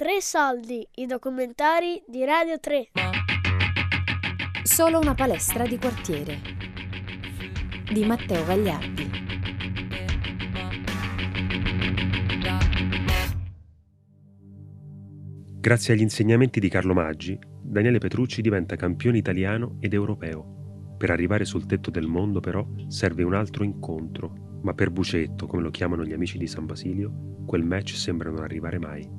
Tre soldi, i documentari di Radio 3. Solo una palestra di quartiere di Matteo Gagliardi. Grazie agli insegnamenti di Carlo Maggi, Daniele Petrucci diventa campione italiano ed europeo. Per arrivare sul tetto del mondo, però, serve un altro incontro, ma per Bucetto, come lo chiamano gli amici di San Basilio, quel match sembra non arrivare mai.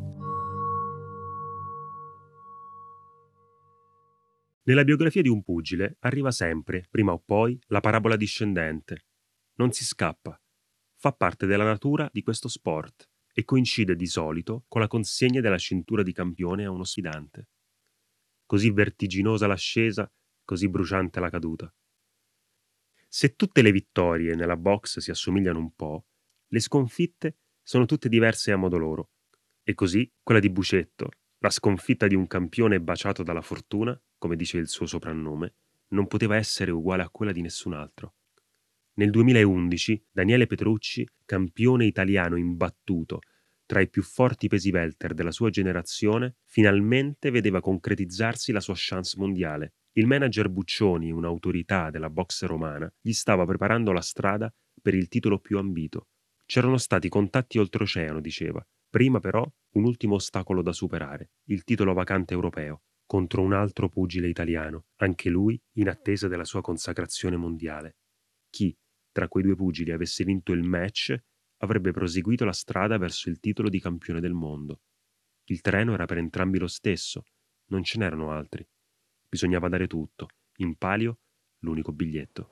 Nella biografia di un pugile arriva sempre, prima o poi, la parabola discendente. Non si scappa. Fa parte della natura di questo sport e coincide di solito con la consegna della cintura di campione a uno sfidante. Così vertiginosa l'ascesa, così bruciante la caduta. Se tutte le vittorie nella box si assomigliano un po', le sconfitte sono tutte diverse a modo loro. E così quella di Bucetto, la sconfitta di un campione baciato dalla fortuna, come dice il suo soprannome, non poteva essere uguale a quella di nessun altro. Nel 2011 Daniele Petrucci, campione italiano imbattuto tra i più forti pesi welter della sua generazione, finalmente vedeva concretizzarsi la sua chance mondiale. Il manager Buccioni, un'autorità della boxe romana, gli stava preparando la strada per il titolo più ambito. C'erano stati contatti oltreoceano, diceva. Prima però un ultimo ostacolo da superare, il titolo vacante europeo, contro un altro pugile italiano, anche lui in attesa della sua consacrazione mondiale. Chi, tra quei due pugili, avesse vinto il match, avrebbe proseguito la strada verso il titolo di campione del mondo. Il treno era per entrambi lo stesso, non ce n'erano altri. Bisognava dare tutto, in palio l'unico biglietto.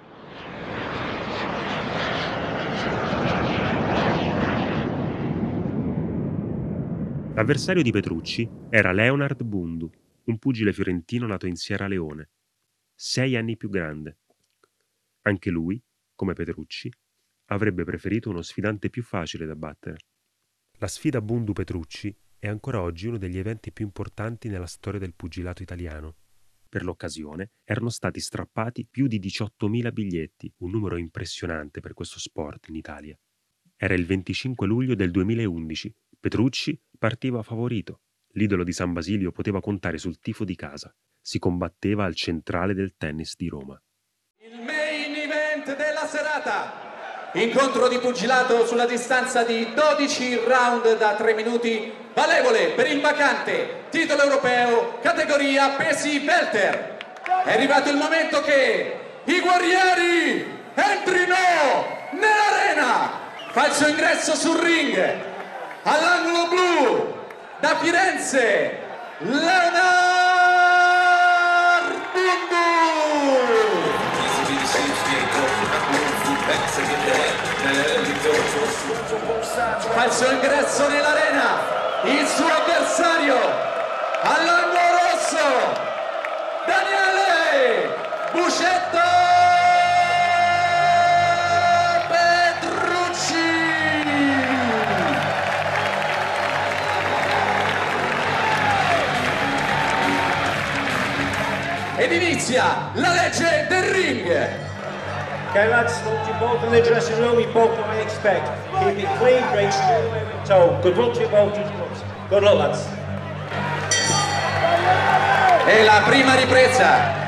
L'avversario di Petrucci era Leonard Bundu, un pugile fiorentino nato in Sierra Leone, 6 anni più grande. Anche lui, come Petrucci, avrebbe preferito uno sfidante più facile da battere. La sfida Bundu-Petrucci è ancora oggi uno degli eventi più importanti nella storia del pugilato italiano. Per l'occasione erano stati strappati più di 18.000 biglietti, un numero impressionante per questo sport in Italia. Era il 25 luglio del 2011. Petrucci partiva favorito. L'idolo di San Basilio poteva contare sul tifo di casa. Si combatteva al centrale del tennis di Roma. Il main event della serata. Incontro di pugilato sulla distanza di 12 round da 3 minuti, valevole per il vacante titolo europeo categoria pesi welter. È arrivato il momento che i guerrieri entrino nell'arena. Fa il suo ingresso sul ring, all'angolo blu, da Firenze, Leonard Bundu. Fa il suo ingresso nell'arena, il suo avversario, all'angolo rosso, Daniele Bucetto. Ed inizia la legge del ring. Okay lads, talk to you both in the dressing room, you both what I expect. Keep it clean, break straight away with toe. Good luck to you both. Good luck lads. E la prima ripresa.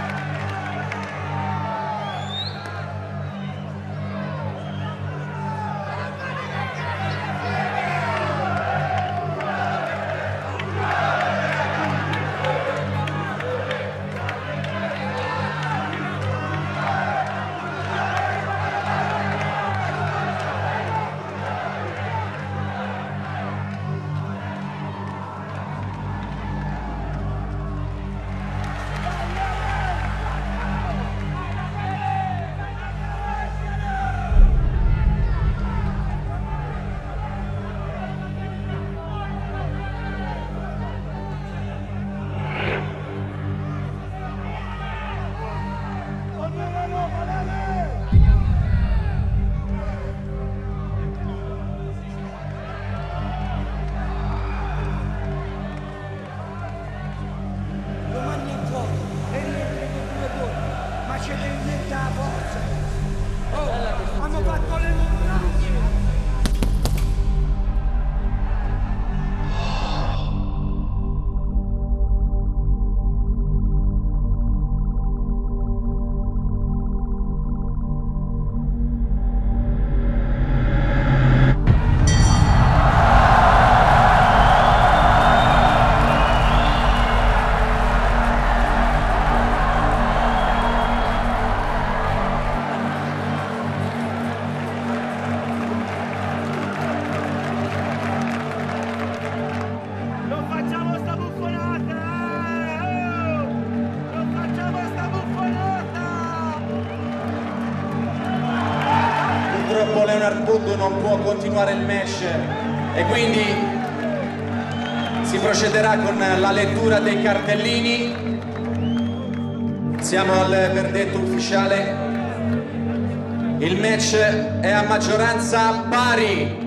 Leonard Bundu non può continuare il match e quindi si procederà con la lettura dei cartellini. Siamo al verdetto ufficiale. Il match è a maggioranza pari.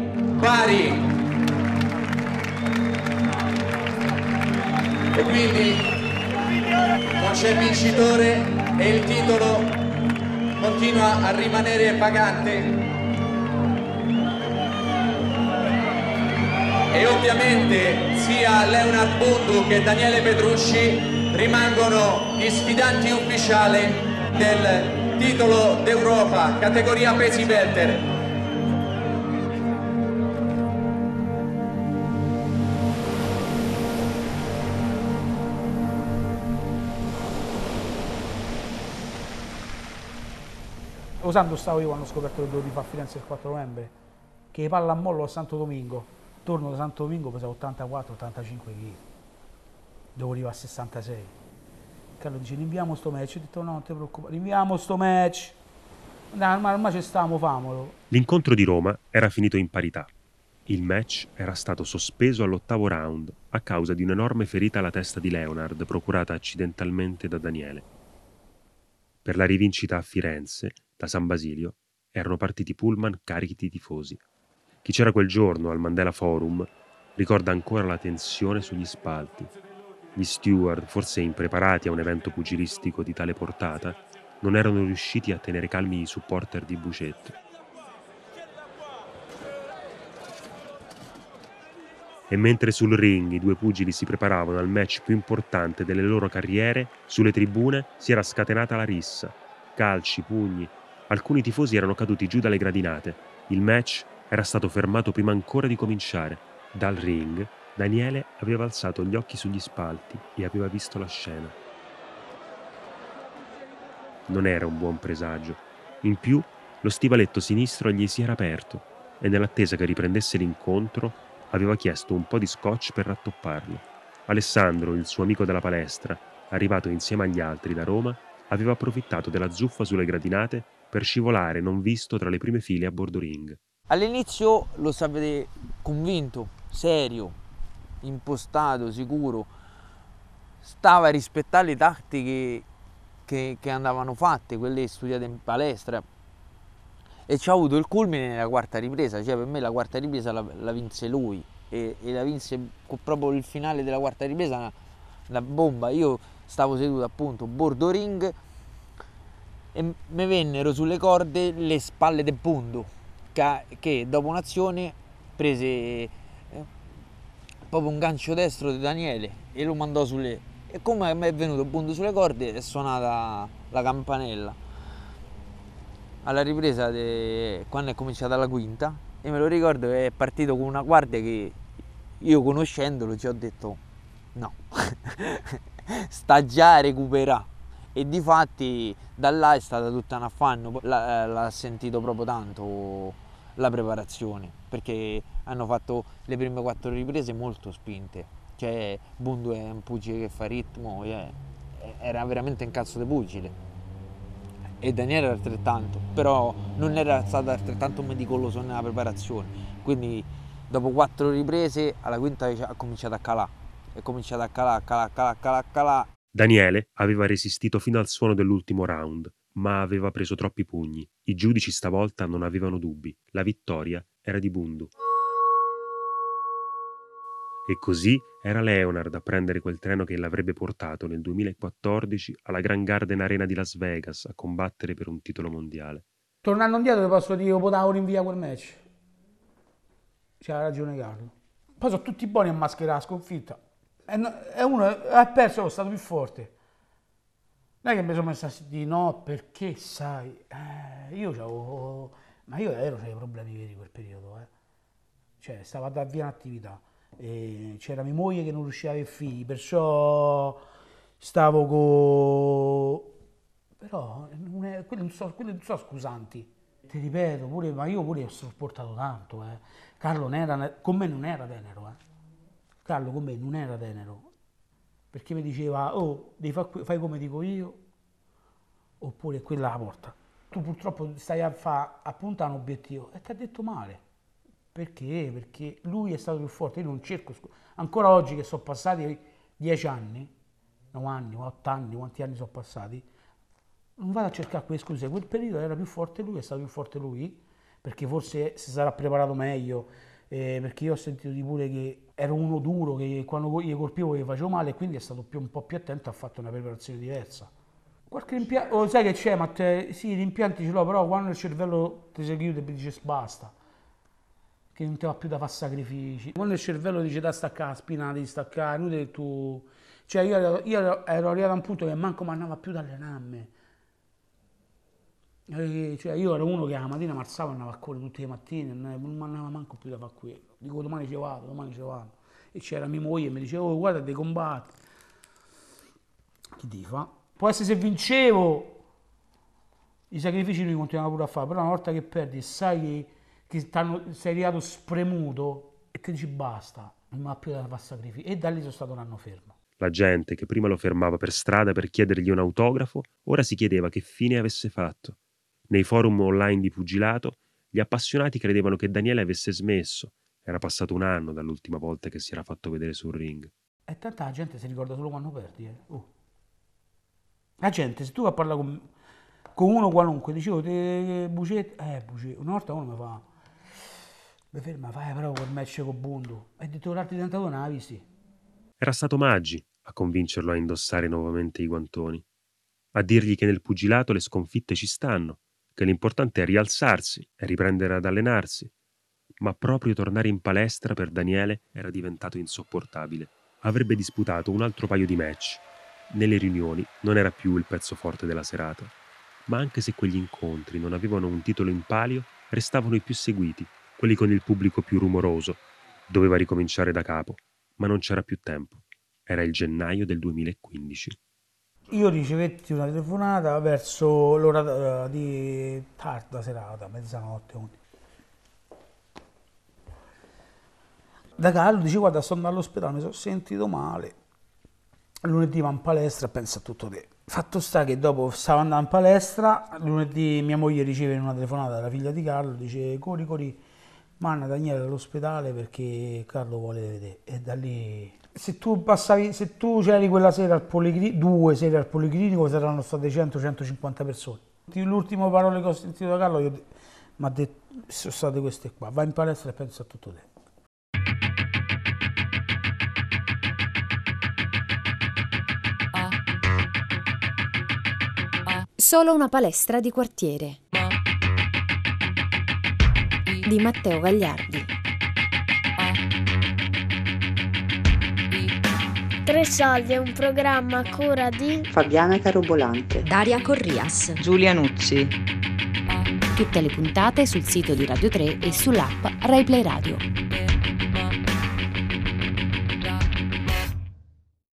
E quindi non c'è vincitore e il titolo continua a rimanere vacante. E ovviamente sia Leonard Bundu che Daniele Petrucci rimangono gli sfidanti ufficiali del titolo d'Europa, categoria pesi welter. Usando stavo io quando ho scoperto che dovevo fare a Firenze il 4 novembre, che palla a mollo a Santo Domingo, torno da Santo Domingo, pesavo 84-85 kg, dovevo arrivare a 66. Carlo dice rinviamo sto match, ho detto no, non ti preoccupare, rinviamo sto match, no, ma ormai ci stavamo, famolo. L'incontro di Roma era finito in parità. Il match era stato sospeso all'8º round a causa di un'enorme ferita alla testa di Leonard procurata accidentalmente da Daniele. Per la rivincita a Firenze, da San Basilio, erano partiti pullman carichi di tifosi. Chi c'era quel giorno al Mandela Forum ricorda ancora la tensione sugli spalti. Gli steward, forse impreparati a un evento pugilistico di tale portata, non erano riusciti a tenere calmi i supporter di Bucetto. E mentre sul ring i due pugili si preparavano al match più importante delle loro carriere, sulle tribune si era scatenata la rissa. Calci, pugni. Alcuni tifosi erano caduti giù dalle gradinate. Il match era stato fermato prima ancora di cominciare. Dal ring, Daniele aveva alzato gli occhi sugli spalti e aveva visto la scena. Non era un buon presagio. In più, lo stivaletto sinistro gli si era aperto e nell'attesa che riprendesse l'incontro aveva chiesto un po' di scotch per rattopparlo. Alessandro, il suo amico della palestra, arrivato insieme agli altri da Roma, aveva approfittato della zuffa sulle gradinate per scivolare non visto tra le prime file a bordo ring. All'inizio lo sapete convinto, serio, impostato, sicuro, stava a rispettare le tattiche che andavano fatte, quelle studiate in palestra, e ci ha avuto il culmine nella quarta ripresa. Cioè per me la quarta ripresa la vinse lui e la vinse proprio il finale della quarta ripresa, una bomba. Io stavo seduto appunto bordo ring e mi vennero sulle corde le spalle del Bundu che dopo un'azione prese proprio un gancio destro di Daniele e lo mandò sulle, e come mi è venuto Bundu sulle corde è suonata la campanella alla ripresa quando è cominciata la quinta, e me lo ricordo che è partito con una guardia che io, conoscendolo, ci ho detto no, sta già a recuperare. E difatti da là è stata tutta un affanno, l'ha sentito proprio tanto la preparazione, perché hanno fatto le prime 4 riprese molto spinte. Cioè Bundu è un pugile che fa ritmo, era veramente un cazzo di pugile, e Daniele era altrettanto, però non era stato altrettanto meticoloso nella preparazione, quindi dopo 4 riprese alla quinta ha cominciato a calare, è cominciato a calare. Daniele aveva resistito fino al suono dell'ultimo round, ma aveva preso troppi pugni. I giudici stavolta non avevano dubbi, la vittoria era di Bundu. E così era Leonard a prendere quel treno che l'avrebbe portato nel 2014 alla Grand Garden Arena di Las Vegas a combattere per un titolo mondiale. Tornando indietro ti posso dire che potevo rinviare quel match. C'ha ragione Carlo. Poi sono tutti buoni a mascherare la sconfitta. E uno ha perso, è stato più forte. Non è che mi sono messo a dire no, perché sai, io c'avevo, ma io ero c'avevo problemi veri in quel periodo, Cioè stavo a dar via un'attività, c'era mia moglie che non riusciva a avere figli, perciò stavo però quelli non so scusanti. Ti ripeto, ma io pure ho sopportato tanto, Carlo con me non era tenero, Carlo con me non era tenero, perché mi diceva, oh, fai come dico io, oppure quella la porta. tu purtroppo stai a puntare un obiettivo e ti ha detto male. Perché? Perché lui è stato più forte. Io non cerco ancora oggi che sono passati 10 anni, 9 anni, 8 anni, quanti anni sono passati, non vado a cercare quelle scuse. Quel periodo era più forte lui, è stato più forte lui, perché forse si sarà preparato meglio, perché io ho sentito di pure che era uno duro, che quando gli colpivo gli facevo male, e quindi è stato un po' più attento, ha fatto una preparazione diversa. Qualche rimpianto, sai che c'è, ma sì, rimpianti ce l'ho, però quando il cervello ti si chiude e dice basta, che non ti va più da fare sacrifici. Quando il cervello dice da staccare la spina, devi staccare, inutile tu... Cioè io ero arrivato a un punto che manco mi andava più da allenarmi. Cioè io ero uno che la mattina mi alzavo e andavo a correre tutte le mattine, non mi andava manco più da fare quello. Dico domani ci vado. E c'era mia moglie e mi diceva, oh guarda devi combattere. Che devi fare? Può essere se vincevo, i sacrifici lui continuava pure a fare, però una volta che perdi e sai che sei arrivato spremuto e ti dici basta, non mi va più da fare sacrifici. E da lì sono stato un anno fermo. La gente che prima lo fermava per strada per chiedergli un autografo, ora si chiedeva che fine avesse fatto. Nei forum online di pugilato, gli appassionati credevano che Daniele avesse smesso. Era passato un anno dall'ultima volta che si era fatto vedere sul ring. E tanta gente si ricorda solo quando perdi. La gente, se tu vai a parlare con uno qualunque, dicevo, Bucetto, una volta uno mi fa, mi ferma, fai però quel match con Bundu. E ho detto, l'arte diventato non la visti. Era stato Maggi a convincerlo a indossare nuovamente i guantoni, a dirgli che nel pugilato le sconfitte ci stanno, che l'importante è rialzarsi e riprendere ad allenarsi. Ma proprio tornare in palestra per Daniele era diventato insopportabile. Avrebbe disputato un altro paio di match. Nelle riunioni non era più il pezzo forte della serata, ma anche se quegli incontri non avevano un titolo in palio, restavano i più seguiti, quelli con il pubblico più rumoroso. Doveva ricominciare da capo, ma non c'era più tempo. Era il gennaio del 2015. Io ricevetti una telefonata verso l'ora di tarda serata, mezzanotte. Da Carlo dice guarda sto andando all'ospedale, mi sono sentito male. Lunedì va in palestra e pensa a tutto te. Fatto sta che dopo stavo andando in palestra, lunedì mia moglie riceve una telefonata dalla figlia di Carlo, dice corri, manna Daniele all'ospedale perché Carlo vuole vedere. E da lì, se tu c'eri quella sera al policlinico, 2 sere al policlinico, saranno state 100-150 persone. L'ultime parole che ho sentito da Carlo mi ha detto, sono state queste qua, vai in palestra e pensa a tutto te. Solo una palestra di quartiere di Matteo Gagliardi. 3 soldi è un programma a cura di Fabiana Carobolante, Daria Corrias, Giulia Nucci. Tutte le puntate sul sito di Radio 3 e sull'app Rai Play Radio.